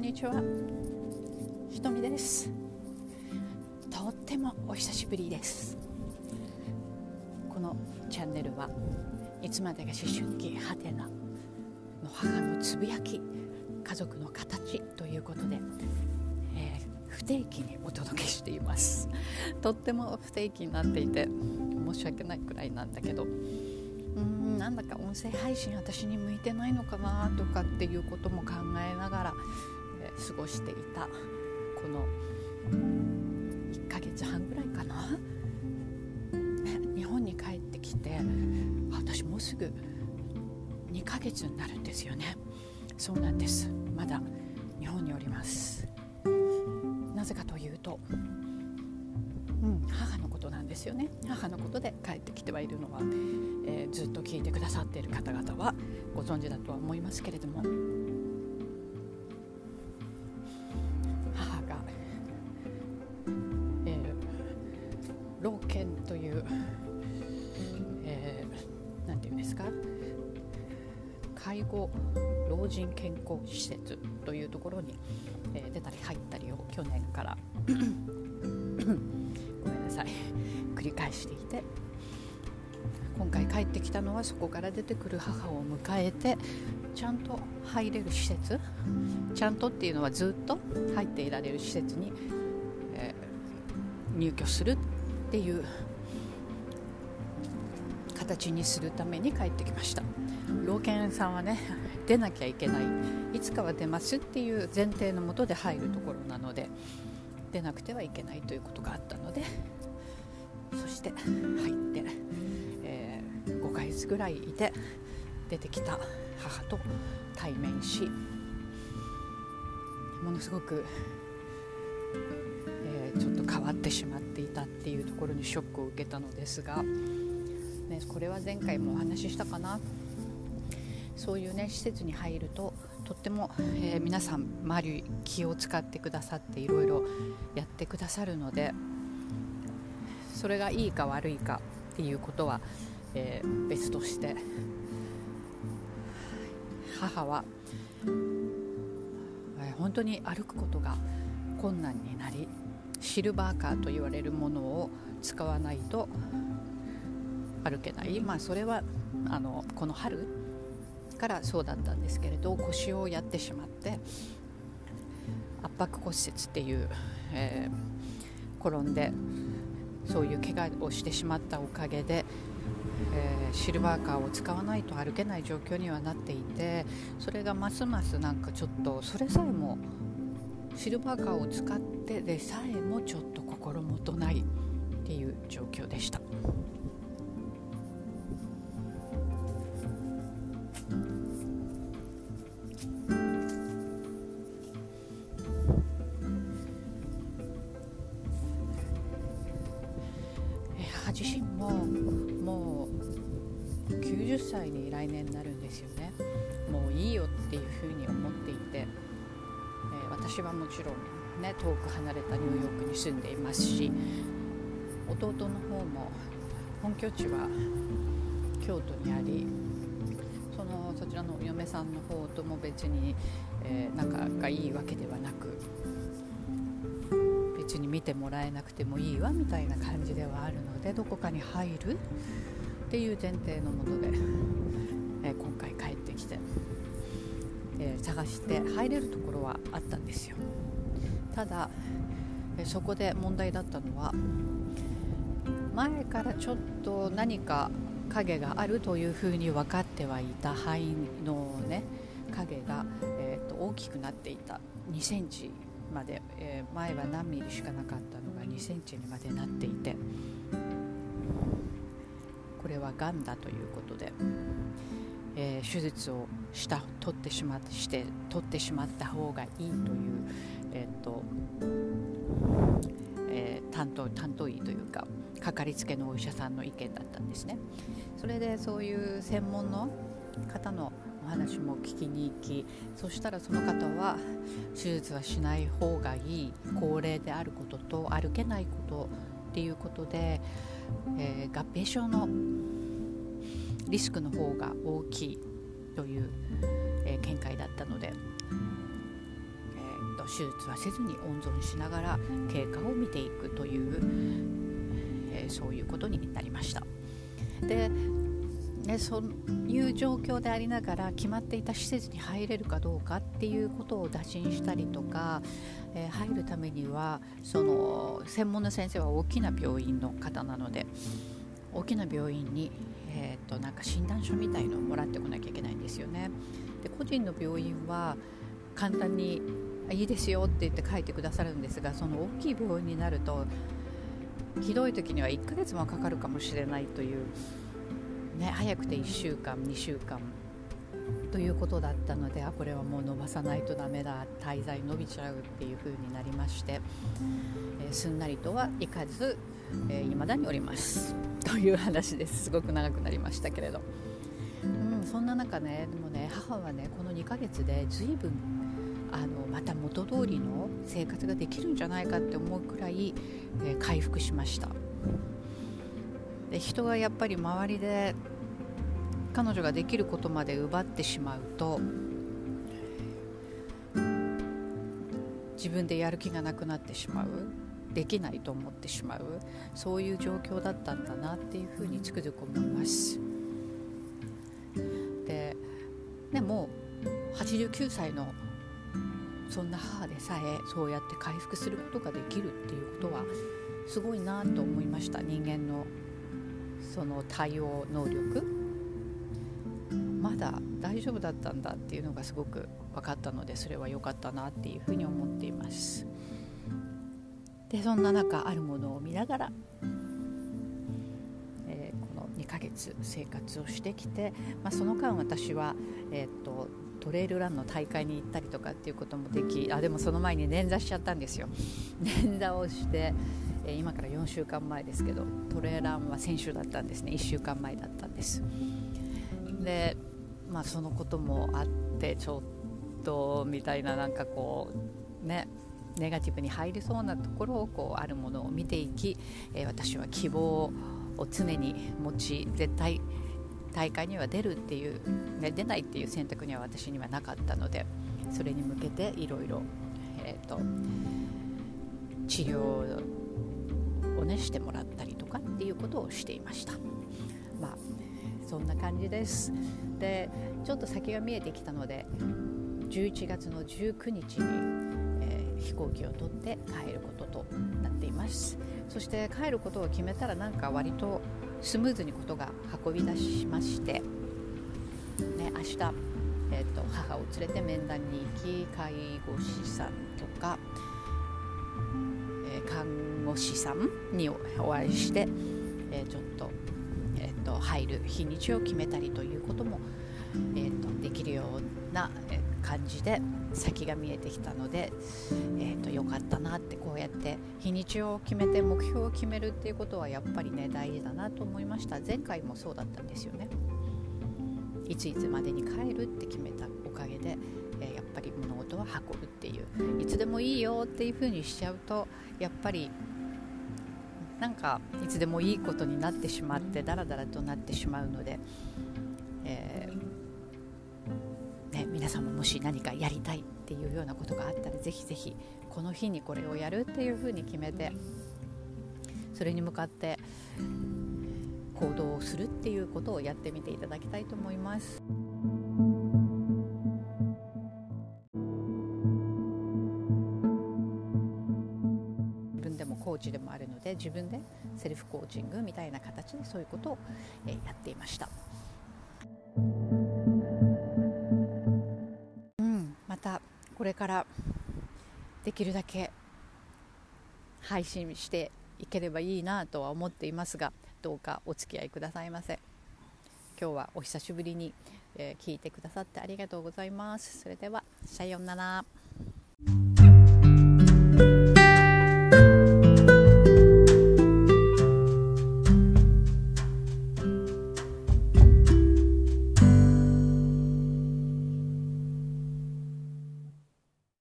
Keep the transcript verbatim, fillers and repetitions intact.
にちは、ひとみです。とってもお久しぶりです。このチャンネルはいつまでが思春期はてなの母のつぶやき、家族の形ということで、えー、不定期にお届けしています。とっても不定期になっていて申し訳ないくらいなんだけど、うーんなんだか音声配信私に向いてないのかなとかっていうことも考えながら、えー、過ごしていたこのいっかげつはんぐらいかな。日本に帰ってきて、私もうすぐにかげつになるんですよね。そうなんです。まだ日本におります。なぜかというと、うん、母のことなんですよね。母のことで帰ってきてはいるのは、えー、ずっと聞いてくださっている方々はご存知だとは思いますけれども、母が、えー、老犬という、えー、なんていうんですか、介護老人健康施設というところに、えー、出たり入ったりを去年からごめんなさい繰り返していて、今回帰ってきたのはそこから出てくる母を迎えてちゃんと入れる施設、ちゃんとっていうのはずっと入っていられる施設に、えー、入居するっていう形にするために帰ってきました。老犬さんはね、出なきゃいけない、いつかは出ますっていう前提のもとで入るところなので、出なくてはいけないということがあったので、そして入って、えー、ごかげつぐらいいて出てきた母と対面し、ものすごく、えー、ちょっと変わってしまっていたっていうところにショックを受けたのですが、ね、これは前回もお話ししたかな。そういうね、施設に入るととっても、えー、皆さん周り気を使ってくださっていろいろやってくださるので、それがいいか悪いかっていうことは、えー、別として、母は、えー、本当に歩くことが困難になり、シルバーカーと言われるものを使わないと歩けない。まあそれはあのこの春からそうだったんですけれど、腰をやってしまって圧迫骨折っていう、えー、転んでそういう怪我をしてしまったおかげで、えー、シルバーカーを使わないと歩けない状況にはなっていて、それがますますなんかちょっとそれさえもシルバーカーを使ってでさえもちょっと心もとないっていう状況でした。母自身ももうきゅうじゅっさいに来年になるんですよね。もういいよっていうふうに思っていて、えー、私はもちろんね、遠く離れたニューヨークに住んでいますし、弟の方も本拠地は京都にあり、そのそちらのお嫁さんの方とも別に、えー、仲がいいわけではなく、別に見てもらえなくてもいいわみたいな感じではあるので、どこかに入るっていう前提のもとで、えー、今回帰ってきて、えー、探して入れるところはあったんですよ。ただ、えー、そこで問題だったのは、前からちょっと何か影があるというふうに分かってはいた範囲のね、影が、えー、と大きくなっていた。にセンチまで、えー、前は何ミリしかなかったのがにセンチにまでなっていて、これはがんだということで、えー、手術をした取ってしまってして取ってしまった方がいいという、えーとえー、担当担当医というかかかりつけのお医者さんの意見だったんですね。それでそういう専門の方のお話も聞きに行き、そしたらその方は手術はしない方がいい、高齢であることと歩けないことっていうことで、えー、合併症のリスクの方が大きいという、えー、見解だったので、えー、 と手術はせずに温存しながら経過を見ていくという、えー、そういうことになりました。でね、そういう状況でありながら決まっていた施設に入れるかどうかっていうことを打診したりとか、えー、入るためにはその専門の先生は大きな病院の方なので、大きな病院に、えー、となんか診断書みたいのをもらってこなきゃいけないんですよね。で個人の病院は簡単にいいですよって言って書いてくださるんですが、その大きい病院になるとひどい時にはいっかげつもかかるかもしれないというね、早くていっしゅうかんにしゅうかんということだったので、あこれはもう伸ばさないとダメだ、滞在伸びちゃうっていう風になりまして、えー、すんなりとはいかず、えー、未だにおりますという話です。すごく長くなりましたけれど、うん、そんな中ね、でもね母はねこのにかげつで随分あのまた元通りの生活ができるんじゃないかって思うくらい、えー、回復しました。で人がやっぱり周りで彼女ができることまで奪ってしまうと自分でやる気がなくなってしまう、できないと思ってしまう、そういう状況だったんだなっていうふうにつくづく思います。で、でもはちじゅうきゅうさいのそんな母でさえそうやって回復することができるっていうことはすごいなと思いました。人間のその対応能力、まだ大丈夫だったんだっていうのがすごく分かったので、それは良かったなっていうふうに思っています。でそんな中あるものを見ながら、えー、このにかげつ生活をしてきて、まあ、その間私は、えー、とトレイルランの大会に行ったりとかっていうこともでき、あでもその前に捻挫しちゃったんですよ。捻挫をして今からよんしゅうかんまえですけど、トレーランは先週だったんですね。いっしゅうかんまえだったんです。で、まあ、そのこともあってちょっとみたいな、なんかこうねネガティブに入りそうなところをこうあるものを見ていき、えー、私は希望を常に持ち、絶対大会には出るっていう、ね、出ないっていう選択には私にはなかったので、それに向けていろいろ治療をねしてもらったりとかっていうことをしていました。まあそんな感じです。でちょっと先が見えてきたのでじゅういちがつのじゅうくにちに、えー、飛行機を取って帰ることとなっています。そして帰ることを決めたらなんか割とスムーズにことが運び出しまして、ね、明日、えーと、母を連れて面談に行き、介護士さんとか、えー、看護師さんにお会いして、えー、ちょっとえー、と入る日にちを決めたりということも、えー、とできるような感じで先が見えてきたので、えー、とよかったなって、こうやって日にちを決めて目標を決めるっていうことはやっぱりね大事だなと思いました。前回もそうだったんですよね。いついつまでに帰るって決めたおかげで、えー、やっぱり物事は運ぶっていう、いつでもいいよっていう風にしちゃうとやっぱりなんかいつでもいいことになってしまってダラダラとなってしまうので、えーね、皆さんももし何かやりたいっていうようなことがあったらぜひぜひこの日にこれをやるっていうふうに決めて、それに向かって行動をするっていうことをやってみていただきたいと思います。コーチでもあるので、自分でセルフコーチングみたいな形でそういうことを、えー、やっていました。うん、またこれからできるだけ配信していければいいなとは思っていますが、どうかお付き合いくださいませ。今日はお久しぶりに、えー、聞いてくださってありがとうございます。それではさようなら。